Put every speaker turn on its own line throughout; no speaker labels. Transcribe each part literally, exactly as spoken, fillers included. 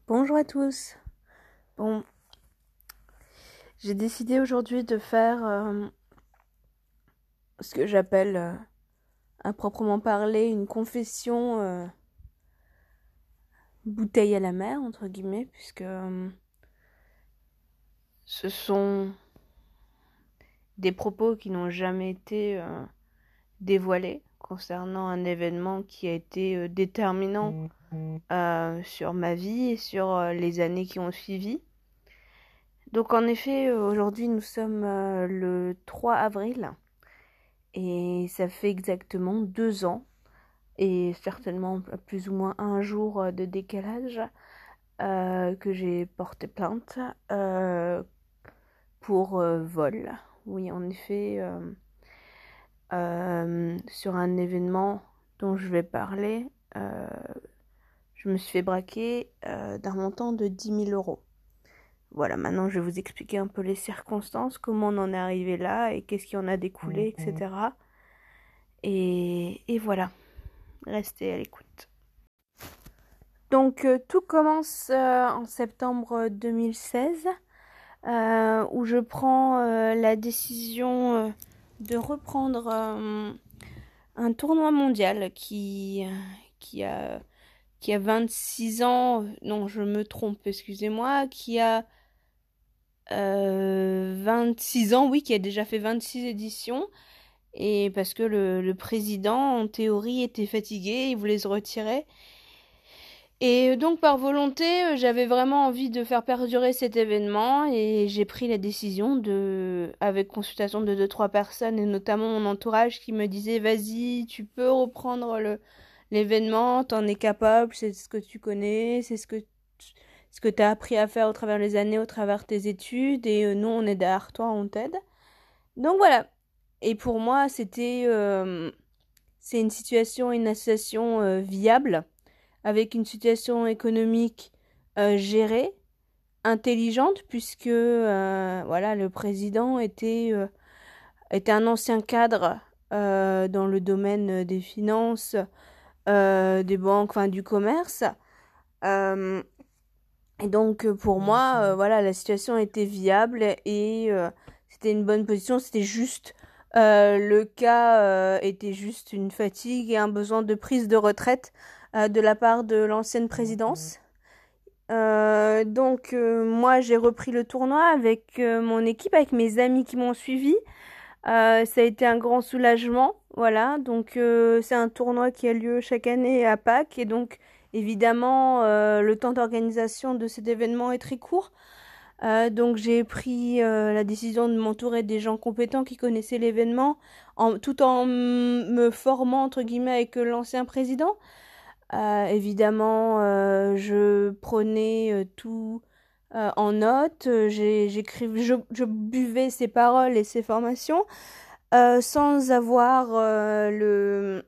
Bonjour à tous. Bon, j'ai décidé aujourd'hui de faire euh, ce que j'appelle, euh, à proprement parler, une confession euh, bouteille à la mer, entre guillemets, puisque euh, ce sont des propos qui n'ont jamais été euh, dévoilés concernant un événement qui a été euh, déterminant euh, sur ma vie et sur euh, les années qui ont suivi. Donc en effet, aujourd'hui nous sommes euh, le trois avril. Et ça fait exactement deux ans, et certainement plus ou moins un jour de décalage, euh, que j'ai porté plainte euh, pour euh, vol. Oui, en effet, euh, euh, sur un événement dont je vais parler, euh, je me suis fait braquer euh, d'un montant de dix mille euros. Voilà, maintenant je vais vous expliquer un peu les circonstances, comment on en est arrivé là et qu'est-ce qui en a découlé, et cetera. Et, et voilà. Restez à l'écoute. Donc euh, tout commence euh, en septembre deux mille seize, euh, où je prends euh, la décision euh, de reprendre euh, un tournoi mondial qui, euh, qui, a, qui a vingt-six ans, non je me trompe, excusez-moi, qui a euh, vingt-six ans, oui, qui a déjà fait vingt-six éditions, et parce que le, le président en théorie était fatigué, il voulait se retirer. Et donc par volonté, euh, j'avais vraiment envie de faire perdurer cet événement et j'ai pris la décision de, avec consultation de deux trois personnes et notamment mon entourage qui me disait vas-y, tu peux reprendre le l'événement, t'en es capable, c'est ce que tu connais, c'est ce que ce que t'as appris à faire au travers des années, au travers tes études et euh, nous on est derrière toi, on t'aide. Donc voilà. Et pour moi, c'était euh, c'est une situation, une association euh, viable, avec une situation économique euh, gérée, intelligente, puisque euh, voilà, le président était, euh, était un ancien cadre euh, dans le domaine des finances, euh, des banques, enfin du commerce. Euh, et donc pour moi, euh, voilà, la situation était viable et euh, c'était une bonne position. C'était juste euh, le cas euh, était juste une fatigue et un besoin de prise de retraite euh, de la part de l'ancienne présidence. Euh, donc euh, moi j'ai repris le tournoi avec euh, mon équipe, avec mes amis qui m'ont suivi. Euh, ça a été un grand soulagement, voilà. Donc euh, c'est un tournoi qui a lieu chaque année à Pâques et donc évidemment euh, le temps d'organisation de cet événement est très court. Euh, donc j'ai pris euh, la décision de m'entourer des gens compétents qui connaissaient l'événement, en, tout en me formant entre guillemets avec l'ancien président. Euh, évidemment, euh, je prenais euh, tout euh, en note, j'ai, j'écrivais, je, je buvais ses paroles et ses formations euh, sans avoir euh, le,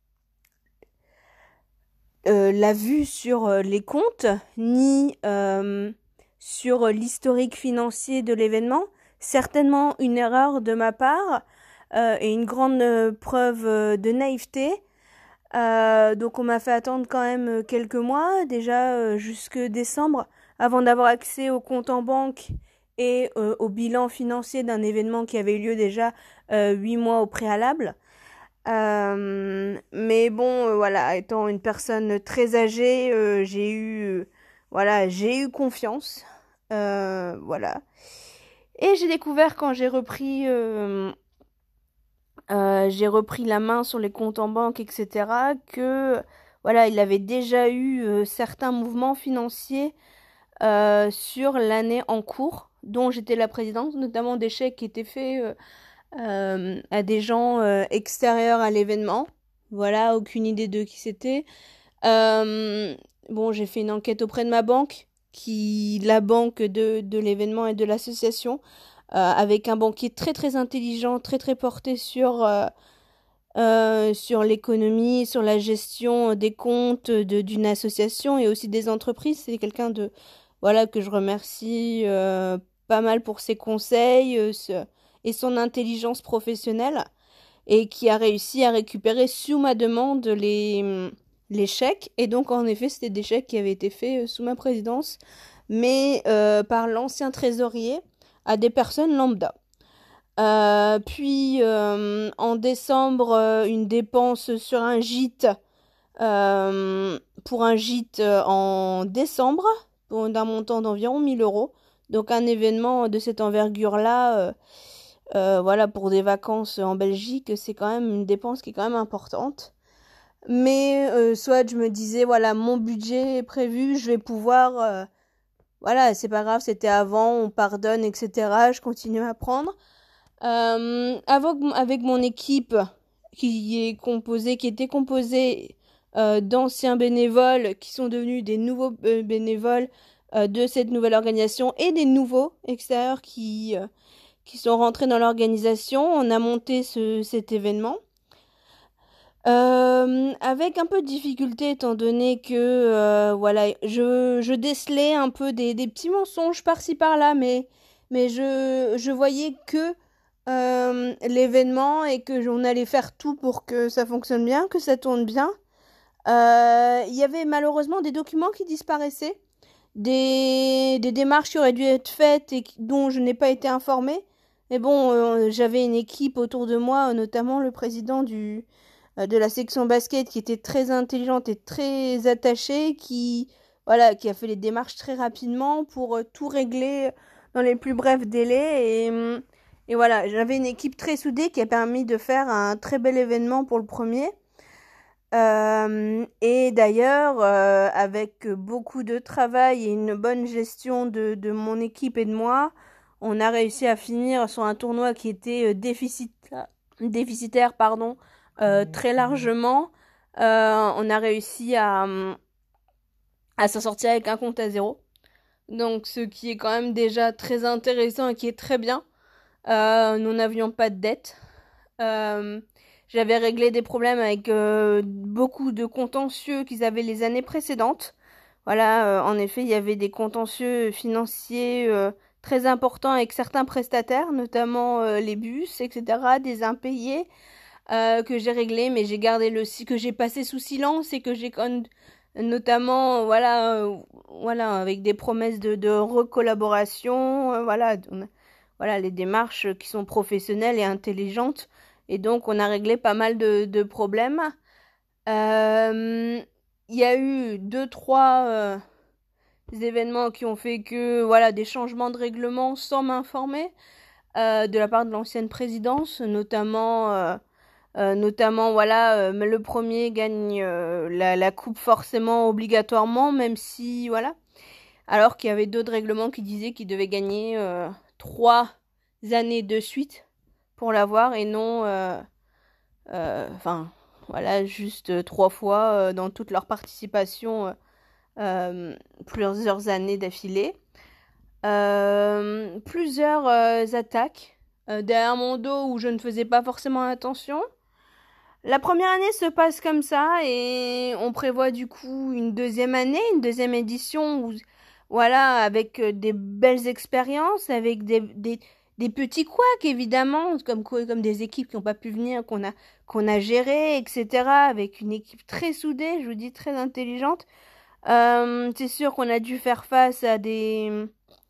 euh, la vue sur euh, les comptes ni euh, sur l'historique financier de l'événement. Certainement une erreur de ma part euh, et une grande euh, preuve euh, de naïveté. Euh, donc on m'a fait attendre quand même quelques mois, déjà euh, jusque décembre, avant d'avoir accès au compte en banque et euh, au bilan financier d'un événement qui avait eu lieu déjà euh, huit mois au préalable. Euh, mais bon, euh, voilà, étant une personne très âgée, euh, j'ai eu, euh, voilà, j'ai eu confiance, euh, voilà. Et j'ai découvert quand j'ai repris euh, euh, j'ai repris la main sur les comptes en banque, et cetera, que voilà, il avait déjà eu euh, certains mouvements financiers euh, sur l'année en cours, dont j'étais la présidente, notamment des chèques qui étaient faits euh, euh, à des gens euh, extérieurs à l'événement. Voilà, aucune idée de qui c'était. Euh, bon, j'ai fait une enquête auprès de ma banque, qui la banque de, de l'événement et de l'association, euh, avec un banquier très très intelligent, très très porté sur euh, euh, sur l'économie, sur la gestion des comptes de d'une association et aussi des entreprises. C'est quelqu'un de voilà que je remercie euh, pas mal pour ses conseils euh, ce- et son intelligence professionnelle et qui a réussi à récupérer sous ma demande les les chèques. Et donc, en effet, c'était des chèques qui avaient été faits sous ma présidence, mais euh, par l'ancien trésorier à des personnes lambda. Euh, puis, euh, en décembre, euh, une dépense sur un gîte, euh, pour un gîte euh, en décembre, pour d'un montant d'environ mille euros. Donc, un événement de cette envergure-là, euh, euh, voilà, pour des vacances en Belgique, c'est quand même une dépense qui est quand même importante. Mais euh, soit je me disais, voilà, mon budget est prévu, je vais pouvoir, euh, voilà, c'est pas grave, c'était avant, on pardonne, et cetera. Je continue à prendre. Euh, avec, avec mon équipe qui est composée, qui était composée euh, d'anciens bénévoles qui sont devenus des nouveaux euh, bénévoles euh, de cette nouvelle organisation et des nouveaux extérieurs qui, euh, qui sont rentrés dans l'organisation, on a monté ce, cet événement. Euh, avec un peu de difficulté étant donné que euh, voilà, je, je décelais un peu des, des petits mensonges par-ci par-là, mais, mais je, je voyais que euh, l'événement et que on allait faire tout pour que ça fonctionne bien, que ça tourne bien. Euh, il y avait malheureusement des documents qui disparaissaient, des, des démarches qui auraient dû être faites et qui, dont je n'ai pas été informée. Mais bon, euh, j'avais une équipe autour de moi, notamment le président du de la section basket qui était très intelligente et très attachée, qui voilà, qui a fait les démarches très rapidement pour euh, tout régler dans les plus brefs délais et, et voilà, j'avais une équipe très soudée qui a permis de faire un très bel événement pour le premier. Euh, et d'ailleurs, euh, avec beaucoup de travail et une bonne gestion de, de mon équipe et de moi, on a réussi à finir sur un tournoi qui était déficitaire, déficitaire pardon, Euh, très largement. Euh, on a réussi à, à s'en sortir avec un compte à zéro. Donc, ce qui est quand même déjà très intéressant et qui est très bien. Euh, nous n'avions pas de dette. Euh, j'avais réglé des problèmes avec euh, beaucoup de contentieux qu'ils avaient les années précédentes. Voilà, euh, en effet, il y avait des contentieux financiers euh, très importants avec certains prestataires, notamment euh, les bus, et cetera, des impayés. Euh, que j'ai réglé, mais j'ai gardé le que j'ai passé sous silence et que j'ai notamment voilà euh, voilà avec des promesses de, de recollaboration, euh, voilà on, voilà les démarches qui sont professionnelles et intelligentes, et donc on a réglé pas mal de, de problèmes. Euh, il y a eu deux trois euh, événements qui ont fait que voilà des changements de règlement sans m'informer euh, de la part de l'ancienne présidence, notamment euh, Euh, notamment, voilà, euh, le premier gagne euh, la, la coupe forcément obligatoirement, même si, voilà. Alors qu'il y avait d'autres règlements qui disaient qu'il devait gagner euh, trois années de suite pour l'avoir et non, euh, euh, enfin, voilà, juste trois fois euh, dans toute leur participation, euh, plusieurs années d'affilée. Euh, plusieurs euh, attaques euh, derrière mon dos où je ne faisais pas forcément attention. La première année se passe comme ça et on prévoit du coup une deuxième année, une deuxième édition où, voilà, avec des belles expériences, avec des, des, des petits couacs évidemment, comme, comme des équipes qui n'ont pas pu venir, qu'on a, qu'on a géré, et cetera. Avec une équipe très soudée, je vous dis très intelligente. Euh, c'est sûr qu'on a dû faire face à des,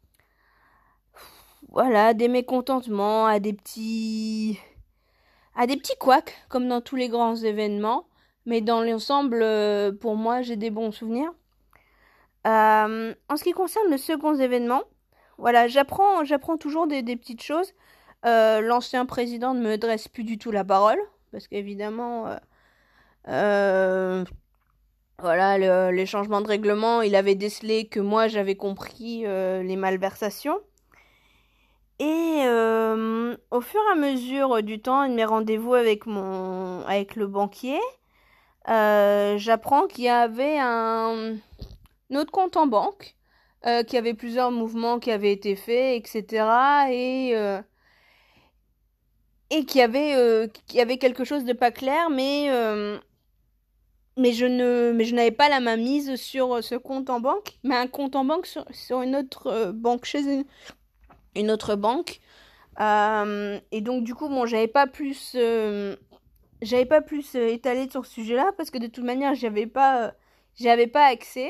voilà, des mécontentements, à des petits... à des petits couacs, comme dans tous les grands événements, mais dans l'ensemble, euh, pour moi, j'ai des bons souvenirs. Euh, en ce qui concerne le second événement, voilà, j'apprends, j'apprends toujours des, des petites choses. Euh, l'ancien président ne me dresse plus du tout la parole, parce qu'évidemment, euh, euh, voilà, le, les changements de règlement, il avait décelé que moi, j'avais compris euh, les malversations. Et euh, au fur et à mesure du temps et de mes rendez-vous avec mon avec le banquier, euh, j'apprends qu'il y avait un, un autre compte en banque, euh, qu'il y avait plusieurs mouvements qui avaient été faits, et cetera. Et, euh, et qu'il y avait, euh, qu'il y avait quelque chose de pas clair, mais, euh, mais je ne, mais je n'avais pas la main mise sur ce compte en banque, mais un compte en banque sur, sur une autre euh, banque, chez une, une autre banque. Euh, et donc du coup bon j'avais pas plus euh, j'avais pas plus euh, étalé sur ce sujet-là parce que de toute manière, j'avais pas, euh, j'avais pas accès.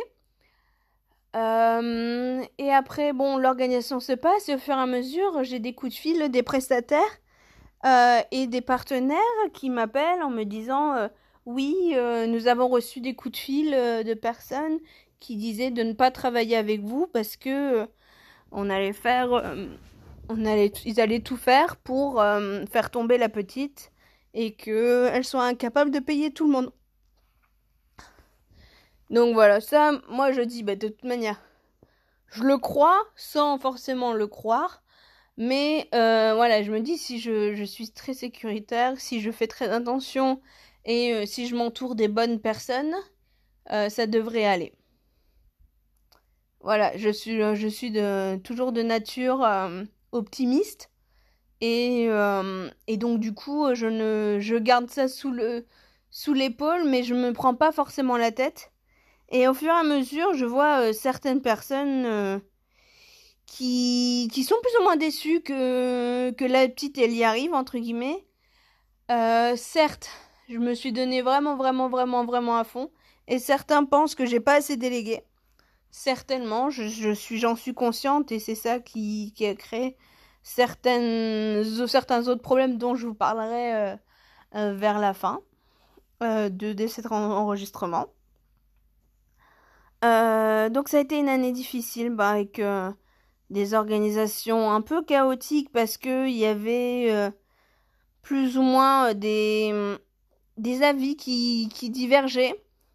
Euh, et après, bon, l'organisation se passe et au fur et à mesure, j'ai des coups de fil des prestataires euh, et des partenaires qui m'appellent en me disant euh, oui, euh, nous avons reçu des coups de fil euh, de personnes qui disaient de ne pas travailler avec vous parce que euh, on allait faire, euh, on allait, ils allaient tout faire pour euh, faire tomber la petite et qu'elles soient incapables de payer tout le monde. Donc voilà, ça, moi je dis, bah, de toute manière, je le crois sans forcément le croire. Mais euh, voilà, je me dis, si je, je suis très sécuritaire, si je fais très attention et euh, si je m'entoure des bonnes personnes, euh, ça devrait aller. Voilà, je suis, je suis de, toujours de nature euh, optimiste. Et, euh, et donc du coup, je, ne, je garde ça sous le, sous l'épaule, mais je me prends pas forcément la tête. Et au fur et à mesure, je vois euh, certaines personnes... Euh, qui, qui sont plus ou moins déçus que, que la petite, elle y arrive, entre guillemets. Euh, certes, je me suis donné vraiment, vraiment, vraiment, vraiment à fond. Et certains pensent que j'ai pas assez délégué. Certainement, je, je suis, j'en suis consciente et c'est ça qui, qui a créé certaines, certains autres problèmes dont je vous parlerai euh, euh, vers la fin euh, de, de cet enregistrement. Euh, donc ça a été une année difficile bah, avec euh, des organisations un peu chaotiques parce que il y avait euh, plus ou moins euh, des, des avis qui, qui divergeaient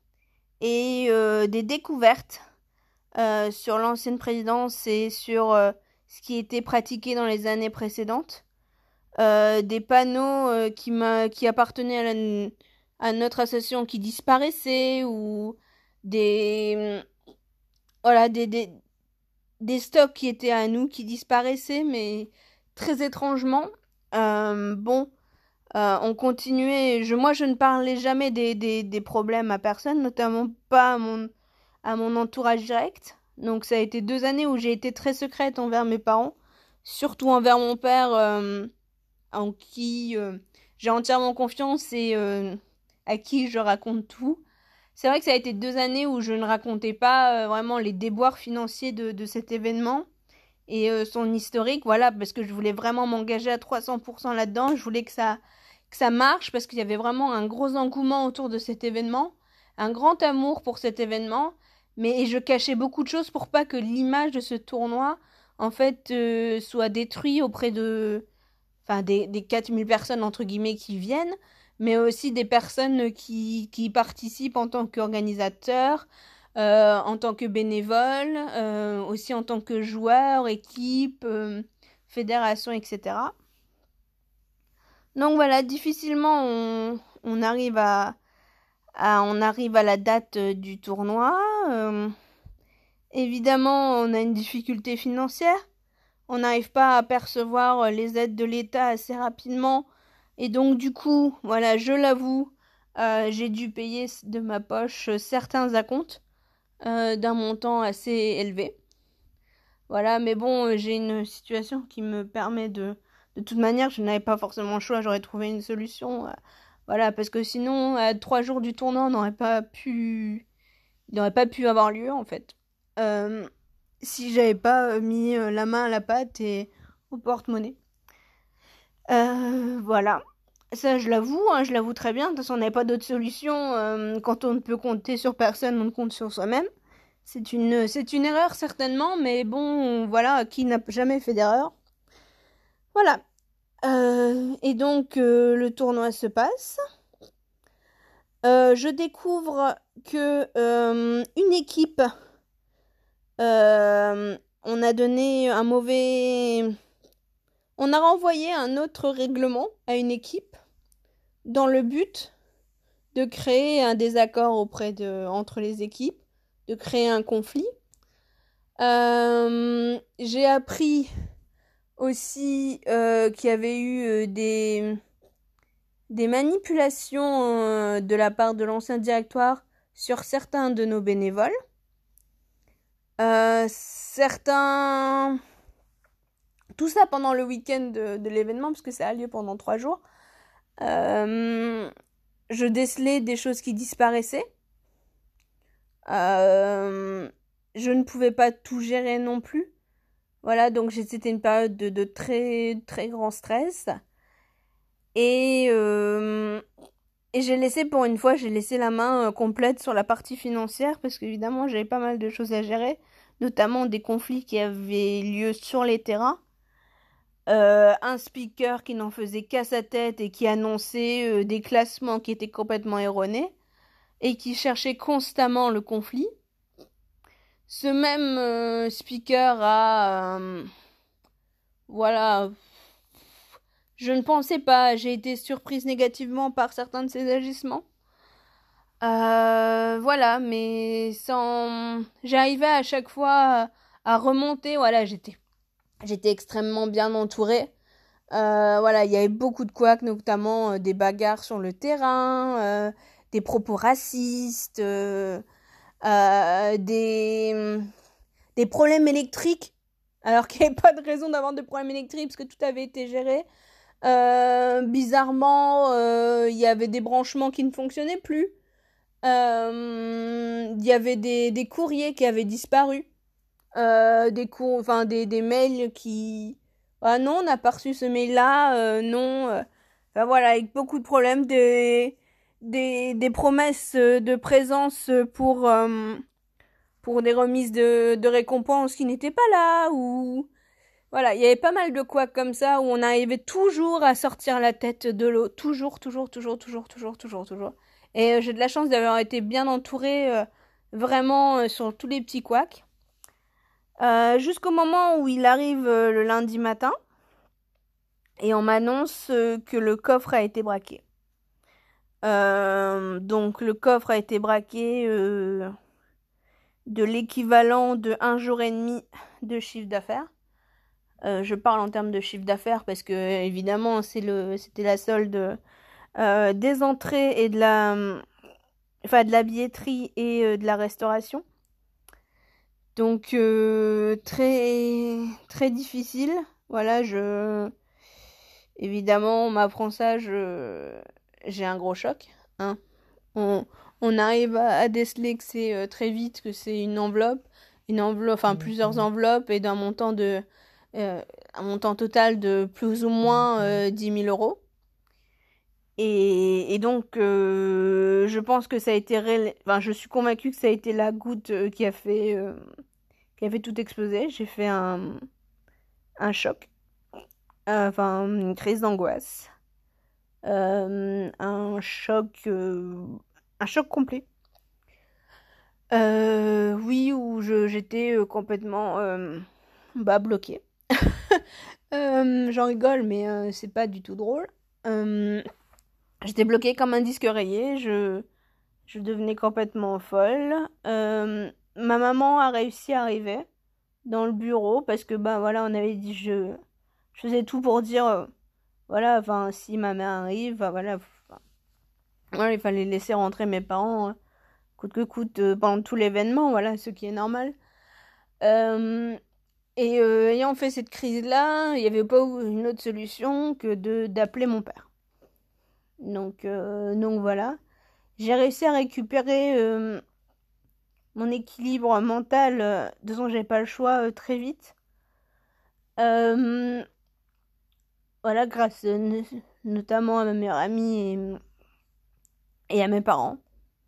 et euh, des découvertes euh, sur l'ancienne présidence et sur euh, ce qui était pratiqué dans les années précédentes. Euh, des panneaux euh, qui, m'a, qui appartenaient à, la, à notre association qui disparaissaient ou des, voilà, des, des, des stocks qui étaient à nous qui disparaissaient, mais très étrangement. Euh, bon, euh, on continuait. Je, moi, je ne parlais jamais des, des, des problèmes à personne, notamment pas à mon, à mon entourage direct. Donc, ça a été deux années où j'ai été très secrète envers mes parents, surtout envers mon père, euh, en qui euh, j'ai entièrement confiance et euh, à qui je raconte tout. C'est vrai que ça a été deux années où je ne racontais pas euh, vraiment les déboires financiers de, de cet événement et euh, son historique, voilà, parce que je voulais vraiment m'engager à trois cents pour cent là-dedans. Je voulais que ça, que ça marche parce qu'il y avait vraiment un gros engouement autour de cet événement, un grand amour pour cet événement, mais et je cachais beaucoup de choses pour pas que l'image de ce tournoi, en fait, euh, soit détruite auprès de, enfin, des, des quatre mille personnes, entre guillemets, qui viennent, mais aussi des personnes qui, qui participent en tant qu'organisateurs, euh, en tant que bénévoles, euh, aussi en tant que joueurs, équipe, euh, fédération, et cetera. Donc voilà, difficilement on, on arrive à, à, on arrive à la date euh, du tournoi. Euh, évidemment, on a une difficulté financière. On n'arrive pas à percevoir les aides de l'État assez rapidement. Et donc du coup, voilà, je l'avoue, euh, j'ai dû payer de ma poche certains acomptes euh, d'un montant assez élevé. Voilà, mais bon, j'ai une situation qui me permet de... De toute manière, je n'avais pas forcément le choix, j'aurais trouvé une solution. Euh, voilà, parce que sinon, à trois jours du tournoi, on n'aurait pas pu... Il n'aurait pas pu avoir lieu, en fait. Euh, si j'avais pas mis euh, la main à la pâte et au porte-monnaie. Euh, voilà. Ça, je l'avoue, hein, je l'avoue très bien. De toute façon, on n'avait pas d'autre solution. Euh, quand on ne peut compter sur personne, on compte sur soi-même. C'est une, c'est une erreur, certainement, mais bon, voilà, qui n'a jamais fait d'erreur. Voilà. Euh, et donc, euh, le tournoi se passe. Euh, je découvre que euh, une équipe, euh, on a donné un mauvais... On a renvoyé un autre règlement à une équipe dans le but de créer un désaccord auprès de, entre les équipes, de créer un conflit. Euh, j'ai appris aussi euh, qu'il y avait eu euh, des, des manipulations euh, de la part de l'ancien directoire sur certains de nos bénévoles. Euh, certains... Tout ça pendant le week-end de, de l'événement, parce que ça a lieu pendant trois jours. Euh, je décelais des choses qui disparaissaient. Euh, je ne pouvais pas tout gérer non plus. Voilà, donc c'était une période de, de très très grand stress. Et, euh, et j'ai laissé pour une fois, j'ai laissé la main euh, complète sur la partie financière parce qu'évidemment j'avais pas mal de choses à gérer, notamment des conflits qui avaient lieu sur les terrains. Euh, un speaker qui n'en faisait qu'à sa tête et qui annonçait euh, des classements qui étaient complètement erronés et qui cherchait constamment le conflit. Ce même euh, speaker a... euh, voilà... Je ne pensais pas, j'ai été surprise négativement par certains de ses agissements. Euh, voilà, mais sans... J'arrivais à chaque fois à remonter, voilà, j'étais... J'étais extrêmement bien entourée. Euh, voilà, il y avait beaucoup de couacs, notamment euh, des bagarres sur le terrain, euh, des propos racistes, euh, euh, des, des problèmes électriques, alors qu'il n'y avait pas de raison d'avoir de problèmes électriques parce que tout avait été géré. Euh, bizarrement, euh, il y avait des branchements qui ne fonctionnaient plus. Euh, il y avait des, des courriers qui avaient disparu. Euh, des, cours, enfin, des, des mails qui... Ah non, on n'a pas reçu ce mail-là, euh, non. euh. Enfin voilà, avec beaucoup de problèmes, des, des, des promesses de présence pour, euh, pour des remises de, de récompenses qui n'étaient pas là, ou... Voilà, il y avait pas mal de couacs comme ça, où on arrivait toujours à sortir la tête de l'eau. Toujours, toujours, toujours, toujours, toujours, toujours, toujours. Et euh, j'ai de la chance d'avoir été bien entourée, euh, vraiment, euh, sur tous les petits couacs. Euh, jusqu'au moment où il arrive euh, le lundi matin et on m'annonce euh, que le coffre a été braqué. Euh, donc le coffre a été braqué euh, de l'équivalent de un jour et demi de chiffre d'affaires. Euh, je parle en termes de chiffre d'affaires parce que évidemment c'est le c'était la solde euh, des entrées et de la enfin de la billetterie et euh, de la restauration. Donc euh, très très difficile. Voilà, je évidemment on m'apprend ça, je j'ai un gros choc. Hein. On, on arrive à, à déceler que c'est euh, très vite que c'est une enveloppe, une enveloppe, enfin plusieurs enveloppes et d'un montant de euh, un montant total de plus ou moins euh, dix mille euros. Et, et donc euh, je pense que ça a été réel... enfin je suis convaincue que ça a été la goutte euh, qui a fait euh, qui avait tout explosé. J'ai fait un, un choc, euh, enfin une crise d'angoisse, euh, un choc, euh, un choc complet. Euh, oui, où je, j'étais euh, complètement euh, bah, bloquée. euh, j'en rigole, mais euh, c'est pas du tout drôle. Euh, j'étais bloquée comme un disque rayé. Je, je devenais complètement folle. Euh, ma maman a réussi à arriver dans le bureau parce que bah voilà on avait dit je je faisais tout pour dire euh, voilà enfin si ma mère arrive bah, voilà enfin, voilà il fallait laisser rentrer mes parents hein, coûte que coûte euh, pendant tout l'événement voilà ce qui est normal euh, et euh, ayant fait cette crise là il n'y avait pas une autre solution que de d'appeler mon père donc euh, donc voilà j'ai réussi à récupérer euh, mon équilibre mental euh, de toute façon j'avais pas le choix euh, très vite euh, Voilà, grâce euh, notamment à ma meilleure amie et, et à mes parents.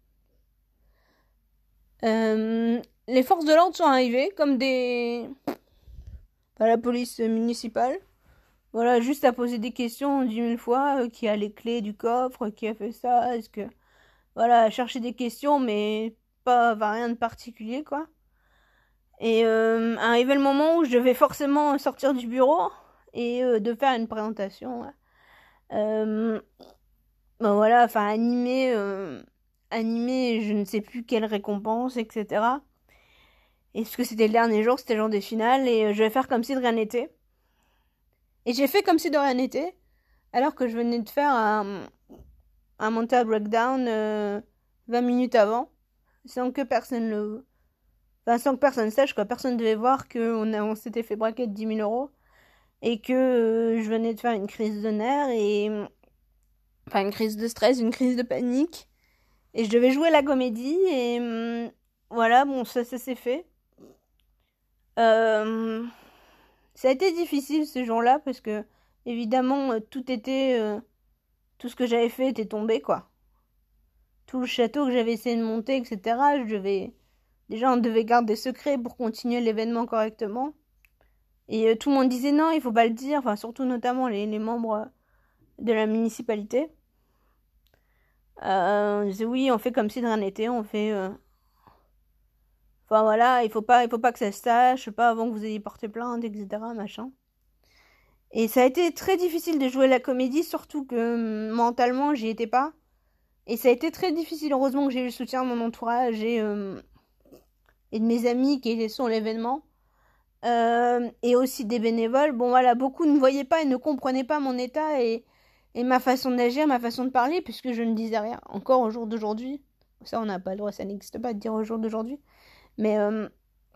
Euh, les forces de l'ordre sont arrivées comme des... Enfin, la police municipale. Voilà, juste à poser des questions dix mille fois. Euh, qui a les clés du coffre, qui a fait ça, est-ce que... Voilà, à chercher des questions, mais pas enfin, rien de particulier, quoi. Et euh, arrivé le moment où je devais forcément sortir du bureau et euh, de faire une présentation. Ouais. Euh, ben voilà, enfin animer, euh, animer, je ne sais plus quelle récompense, et cetera. Et ce que c'était le dernier jour, c'était le jour des finales, et euh, je vais faire comme si de rien n'était. Et j'ai fait comme si de rien n'était, alors que je venais de faire un, un mental breakdown euh, vingt minutes avant, sans que personne le... Enfin, sans que personne sache, quoi. Personne devait voir qu'on on s'était fait braquer de dix mille euros, et que euh, je venais de faire une crise de nerfs, et... enfin une crise de stress, une crise de panique. Et je devais jouer la comédie et hum, voilà, bon, ça, ça s'est fait. Euh, ça a été difficile ce jour-là parce que, évidemment, euh, tout était... euh, tout ce que j'avais fait était tombé, quoi. Tout le château que j'avais essayé de monter, et cetera. Je devais... Déjà, on devait garder secret pour continuer l'événement correctement. Et euh, tout le monde disait non, il faut pas le dire. Enfin, surtout notamment les, les membres de la municipalité. Euh, on disait oui, on fait comme si de rien n'était. On fait... euh, Enfin voilà, il faut pas, il faut pas que ça se sache, pas avant que vous ayez porté plainte, et cetera. Machin. Et ça a été très difficile de jouer la comédie, surtout que hum, mentalement, j'y étais pas. Et ça a été très difficile. Heureusement que j'ai eu le soutien de mon entourage et, euh, et de mes amis qui étaient sur l'événement. Euh, et aussi des bénévoles. Bon voilà, beaucoup ne voyaient pas et ne comprenaient pas mon état et, et ma façon d'agir, ma façon de parler, puisque je ne disais rien. Encore au jour d'aujourd'hui. Ça, on n'a pas le droit, ça n'existe pas de dire au jour d'aujourd'hui. Mais euh,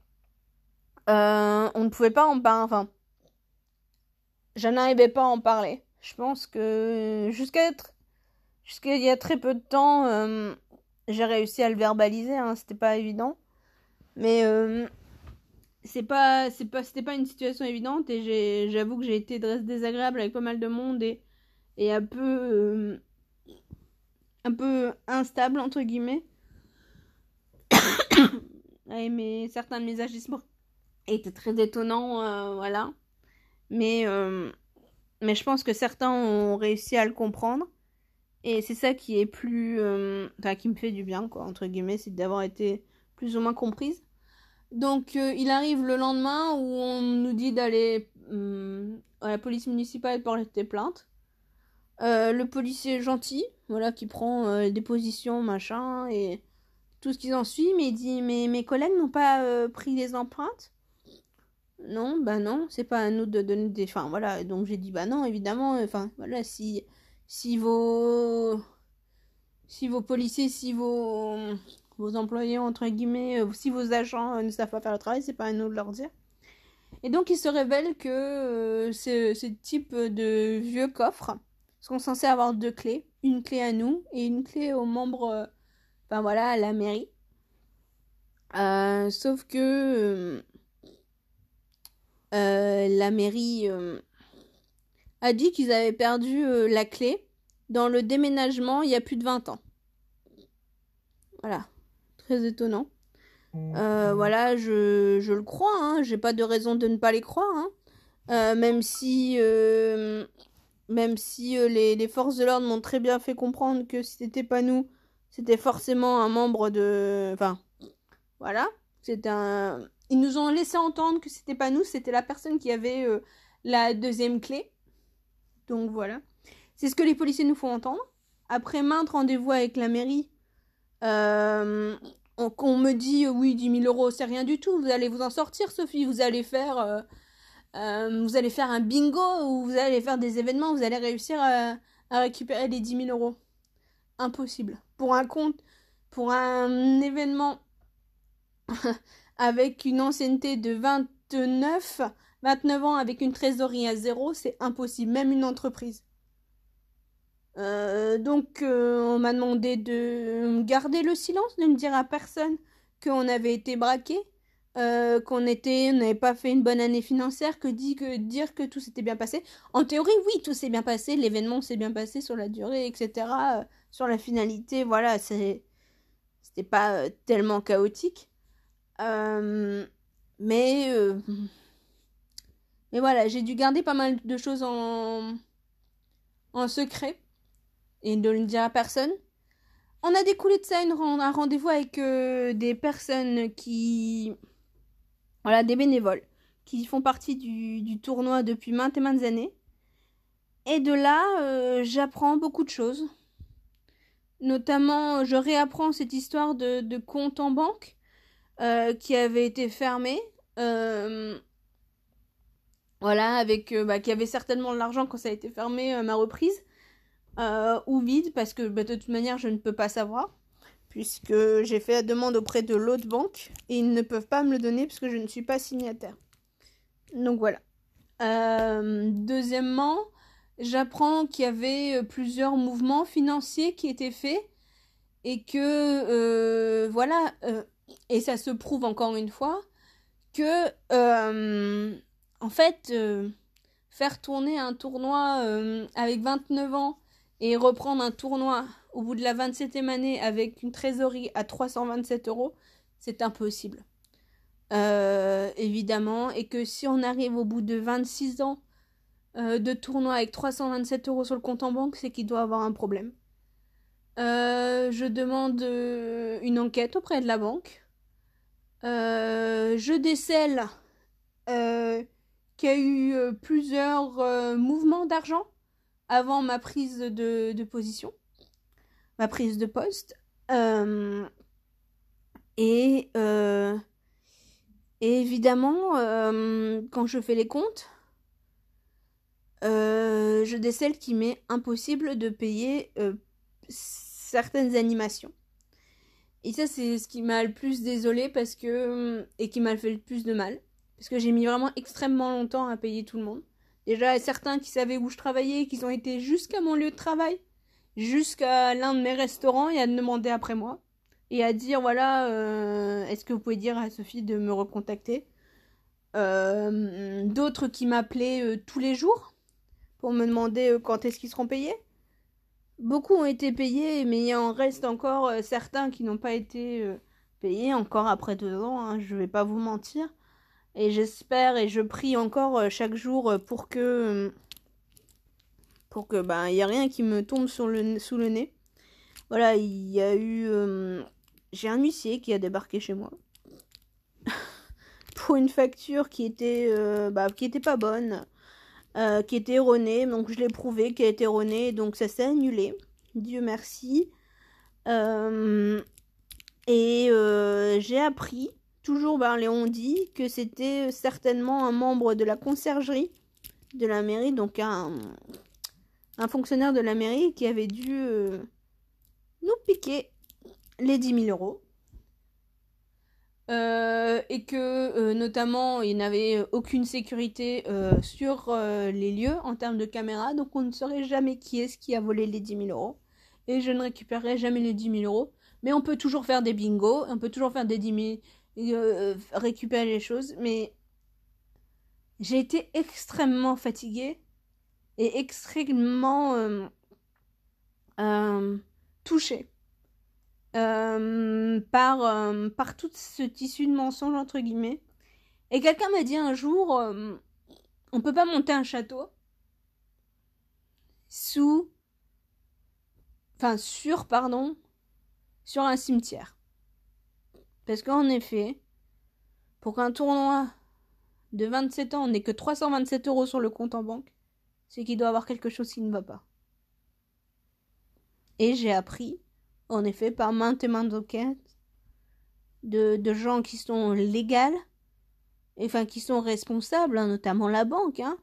euh, on ne pouvait pas en parler. Enfin, je n'arrivais pas à en parler. Je pense que jusqu'à être, jusqu'à il y a très peu de temps, euh, j'ai réussi à le verbaliser. Hein, c'était pas évident, mais euh, c'est pas, c'est pas, c'était pas une situation évidente. Et j'ai, j'avoue que j'ai été très désagréable avec pas mal de monde et et un peu, euh, un peu instable entre guillemets. Et mais certains de mes agissements étaient très étonnants, euh, voilà. Mais euh, mais je pense que certains ont réussi à le comprendre. Et c'est ça qui est plus... euh, Enfin, qui me fait du bien, quoi, entre guillemets, c'est d'avoir été plus ou moins comprise. Donc, euh, il arrive le lendemain où on nous dit d'aller euh, à la police municipale porter plainte. Euh, le policier est gentil, voilà, qui prend euh, des positions, machin, et tout ce qui en suit, mais il dit, mais mes collègues n'ont pas euh, pris les empreintes. Non, bah non, c'est pas à nous de donner des... Enfin, voilà, donc j'ai dit, bah non, évidemment, enfin, voilà, si, si vos... Si vos policiers, si vos, vos employés, entre guillemets, euh, si vos agents euh, ne savent pas faire le travail, c'est pas à nous de leur dire. Et donc, il se révèle que euh, ce, ce type de vieux coffres sont censés avoir deux clés. Une clé à nous et une clé aux membres, euh, enfin voilà, à la mairie. Euh, sauf que euh, euh, la mairie euh, a dit qu'ils avaient perdu euh, la clé dans le déménagement il y a plus de vingt ans. Voilà, très étonnant. Euh, voilà, je, je le crois, hein, j'ai pas de raison de ne pas les croire, hein. Euh, même si, euh, même si euh, les, les forces de l'ordre m'ont très bien fait comprendre que si c'était pas nous, c'était forcément un membre de... Enfin, voilà, c'était un... Ils nous ont laissé entendre que c'était pas nous, c'était la personne qui avait euh, la deuxième clé. Donc voilà. C'est ce que les policiers nous font entendre. Après maintes rendez-vous avec la mairie, euh, on, on me dit, euh, oui, dix mille euros, c'est rien du tout. Vous allez vous en sortir, Sophie. Vous allez faire, euh, euh, vous allez faire un bingo ou vous allez faire des événements. Vous allez réussir à, à récupérer les dix mille euros. Impossible. Pour un compte, pour un événement avec une ancienneté de vingt-neuf, vingt-neuf ans avec une trésorerie à zéro, c'est impossible. Même une entreprise. Euh, donc euh, on m'a demandé de garder le silence, de ne dire à personne qu'on avait été braqué, euh, qu'on était, on n'avait pas fait une bonne année financière, que, dit, que dire que tout s'était bien passé. En théorie, oui, tout s'est bien passé, l'événement s'est bien passé sur la durée, et cetera. Euh, sur la finalité, voilà, c'est, c'était pas euh, tellement chaotique. Euh, mais, euh, mais voilà, j'ai dû garder pas mal de choses en, en secret et de ne dire à personne. On a découlé de ça une, un rendez-vous avec euh, des personnes qui... Voilà, des bénévoles qui font partie du, du tournoi depuis maintes et maintes années. Et de là, euh, j'apprends beaucoup de choses. Notamment, je réapprends cette histoire de, de compte en banque euh, qui avait été fermé. Euh, voilà, avec euh, bah, qui avait certainement de l'argent quand ça a été fermé, euh, ma reprise. Euh, ou vide, parce que bah, de toute manière, je ne peux pas savoir. Puisque j'ai fait la demande auprès de l'autre banque et ils ne peuvent pas me le donner puisque je ne suis pas signataire. Donc voilà. Euh, deuxièmement, j'apprends qu'il y avait euh, plusieurs mouvements financiers qui étaient faits et que, euh, voilà, euh, et ça se prouve encore une fois, que, euh, en fait, euh, faire tourner un tournoi euh, avec vingt-neuf ans et reprendre un tournoi au bout de la vingt-septième année avec une trésorerie à trois cent vingt-sept euros, c'est impossible. Euh, évidemment, et que si on arrive au bout de vingt-six ans euh, de tournoi avec trois cent vingt-sept euros sur le compte en banque, c'est qu'il doit avoir un problème. Euh, je demande euh, une enquête auprès de la banque. Euh, je décèle euh, qu'il y a eu euh, plusieurs euh, mouvements d'argent avant ma prise de, de position, ma prise de poste. Euh, et, euh, et évidemment, euh, quand je fais les comptes, euh, je décèle qu'il m'est impossible de payer euh, certaines animations. Et ça, c'est ce qui m'a le plus désolée parce que, et qui m'a fait le plus de mal. Parce que j'ai mis vraiment extrêmement longtemps à payer tout le monde. Déjà, certains qui savaient où je travaillais, qui ont été jusqu'à mon lieu de travail, jusqu'à l'un de mes restaurants, et à demander après moi. Et à dire, voilà, euh, est-ce que vous pouvez dire à Sophie de me recontacter. euh, D'autres qui m'appelaient euh, tous les jours pour me demander euh, quand est-ce qu'ils seront payés. Beaucoup ont été payés, mais il en reste encore euh, certains qui n'ont pas été euh, payés, encore après deux ans, hein, je vais pas vous mentir. Et j'espère et je prie encore euh, chaque jour euh, pour que euh, pour que ben il y a rien qui me tombe sur le, sous le nez. Voilà, il y a eu euh, j'ai un huissier qui a débarqué chez moi pour une facture qui était euh, bah, qui était pas bonne, euh, qui était erronée, donc je l'ai prouvé qu'elle était erronée, donc ça s'est annulé. Dieu merci. Euh, et euh, j'ai appris, toujours ben, les on dit, que c'était certainement un membre de la conciergerie de la mairie, donc un, un fonctionnaire de la mairie qui avait dû euh, nous piquer les dix mille euros. Euh, et que euh, notamment il n'avait aucune sécurité euh, sur euh, les lieux en termes de caméra, donc on ne saurait jamais qui est-ce qui a volé les dix mille euros. Et je ne récupérerai jamais les dix mille euros. Mais on peut toujours faire des bingos, on peut toujours faire des dix mille, euh, récupérer les choses. Mais j'ai été extrêmement fatiguée et extrêmement euh, euh, touchée euh, par, euh, par tout ce tissu de mensonges, entre guillemets. Et quelqu'un m'a dit un jour, euh, on peut pas monter un château sous... Enfin, sur, pardon, sur un cimetière. Parce qu'en effet, pour qu'un tournoi de vingt-sept ans n'ait que trois cent vingt-sept euros sur le compte en banque, c'est qu'il doit avoir quelque chose qui ne va pas. Et j'ai appris, en effet, par maintes et maintes enquêtes, de, de gens qui sont légales, enfin qui sont responsables, hein, notamment la banque, hein,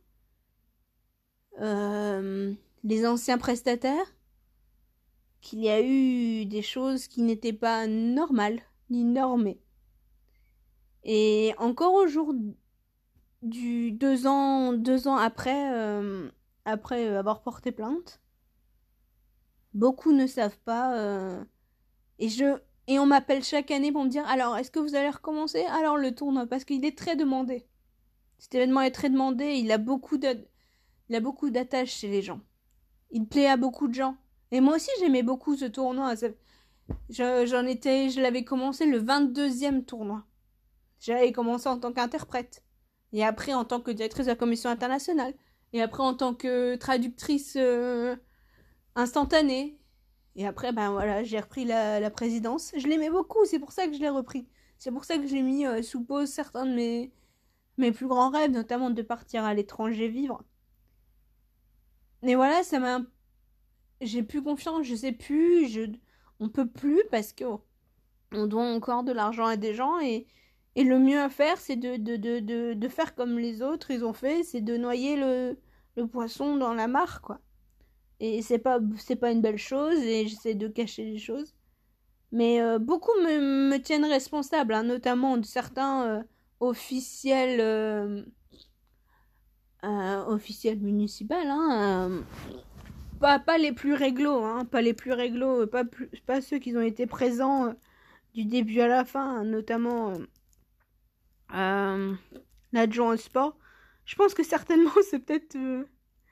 euh, les anciens prestataires, qu'il y a eu des choses qui n'étaient pas normales, ni normées. Et encore au jour du deux ans, deux ans après, euh, après avoir porté plainte, beaucoup ne savent pas. Euh, et je et on m'appelle chaque année pour me dire alors est-ce que vous allez recommencer alors le tournoi parce qu'il est très demandé. Cet événement est très demandé. Il a beaucoup de, il a beaucoup d'attaches chez les gens. Il plaît à beaucoup de gens. Et moi aussi j'aimais beaucoup ce tournoi. Je, j'en étais, je l'avais commencé le vingt-deuxième tournoi. J'avais commencé en tant qu'interprète. Et après en tant que directrice de la commission internationale. Et après en tant que traductrice euh, instantanée. Et après, ben voilà, j'ai repris la, la présidence. Je l'aimais beaucoup, c'est pour ça que je l'ai repris. C'est pour ça que j'ai mis euh, sous pause certains de mes, mes plus grands rêves, notamment de partir à l'étranger vivre. Et voilà, ça m'a... J'ai plus confiance, je sais plus, je... on peut plus parce que on doit encore de l'argent à des gens et, et le mieux à faire, c'est de, de, de, de, de faire comme les autres, ils ont fait, c'est de noyer le, le poisson dans la mare, quoi. Et c'est pas, c'est pas une belle chose, et j'essaie de cacher les choses. Mais euh, beaucoup me, me tiennent responsable, hein, notamment de certains euh, officiels, euh, euh, officiels municipaux, hein, euh, pas, pas les plus réglo, hein, pas les plus réglo, pas, plus, pas ceux qui ont été présents euh, du début à la fin, hein, notamment euh, euh, l'adjoint au sport. Je pense que certainement c'est peut-être euh,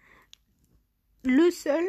le seul,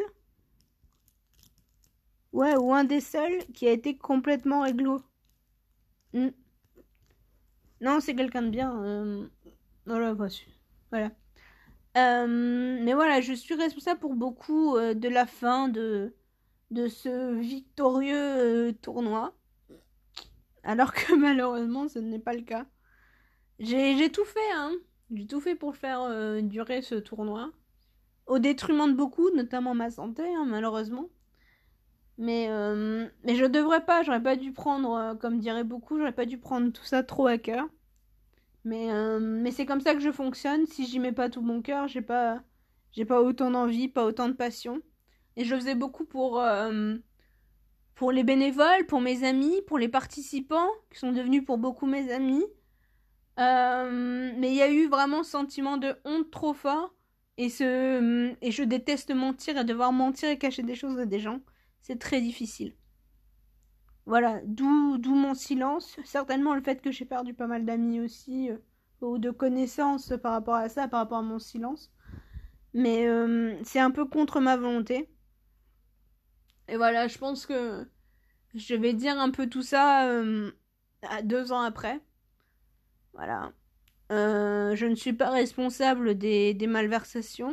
ouais, ou un des seuls qui a été complètement réglo. Mm. Non, c'est quelqu'un de bien. Euh... Voilà, voilà. Euh, mais voilà, je suis responsable pour beaucoup euh, de la fin de, de ce victorieux euh, tournoi. Alors que malheureusement, ce n'est pas le cas. J'ai, j'ai tout fait, hein. J'ai tout fait pour faire euh, durer ce tournoi. Au détriment de beaucoup, notamment ma santé, hein, malheureusement. Mais, euh, mais je devrais pas, j'aurais pas dû prendre, euh, comme diraient beaucoup, j'aurais pas dû prendre tout ça trop à cœur. Mais, euh, mais c'est comme ça que je fonctionne. Si j'y mets pas tout mon cœur, j'ai pas, j'ai pas autant d'envie, pas autant de passion. Et je le faisais beaucoup pour, euh, pour les bénévoles, pour mes amis, pour les participants, qui sont devenus pour beaucoup mes amis. Euh, mais il y a eu vraiment ce sentiment de honte trop fort. Et, ce, et je déteste mentir et devoir mentir et cacher des choses à des gens. C'est très difficile. Voilà, d'où, d'où mon silence. Certainement le fait que j'ai perdu pas mal d'amis aussi, euh, ou de connaissances par rapport à ça, par rapport à mon silence. Mais euh, c'est un peu contre ma volonté. Et voilà, je pense que je vais dire un peu tout ça euh, à deux ans après. Voilà. Euh, je ne suis pas responsable des, des malversations.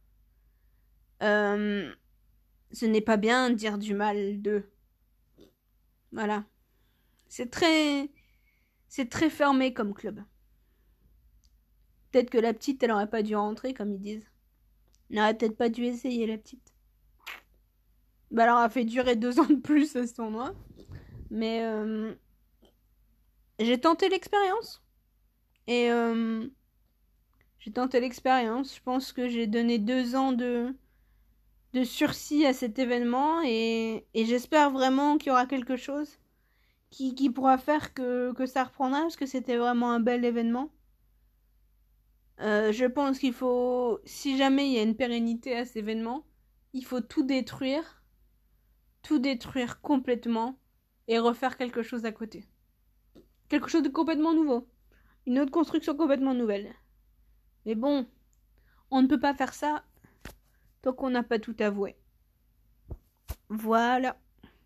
Euh, ce n'est pas bien de dire du mal d'eux. Voilà. C'est très... C'est très fermé comme club. Peut-être que la petite, elle aurait pas dû rentrer, comme ils disent. Elle n'aurait peut-être pas dû essayer, la petite. Bah, elle aura fait durer deux ans de plus, ce tournoi. Mais euh, j'ai tenté l'expérience. Et euh, j'ai tenté l'expérience. Je pense que j'ai donné deux ans de, de sursis à cet événement. Et, et j'espère vraiment qu'il y aura quelque chose qui, qui pourra faire que, que ça reprendra. Parce que c'était vraiment un bel événement. Euh, je pense qu'il faut, si jamais il y a une pérennité à cet événement, il faut tout détruire, tout détruire complètement et refaire quelque chose à côté. Quelque chose de complètement nouveau. Une autre construction complètement nouvelle. Mais bon, on ne peut pas faire ça tant qu'on n'a pas tout avoué. Voilà.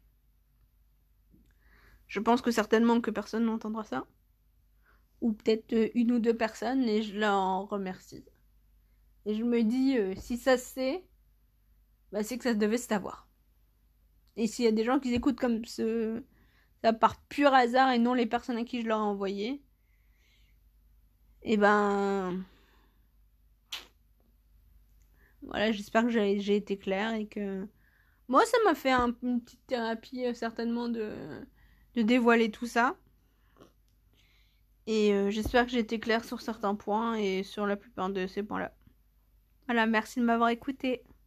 Je pense que certainement que personne n'entendra ça. Ou peut-être une ou deux personnes et je l'en remercie. Et je me dis, euh, si ça se sait, bah c'est que ça devait se savoir. Et s'il y a des gens qui écoutent comme ce... ça par pur hasard et non les personnes à qui je leur ai envoyé, et ben... Voilà, j'espère que j'ai, j'ai été claire et que... Moi, ça m'a fait un, une petite thérapie, euh, certainement, de, de dévoiler tout ça. Et euh, j'espère que j'ai été claire sur certains points et sur la plupart de ces points-là. Voilà, merci de m'avoir écouté.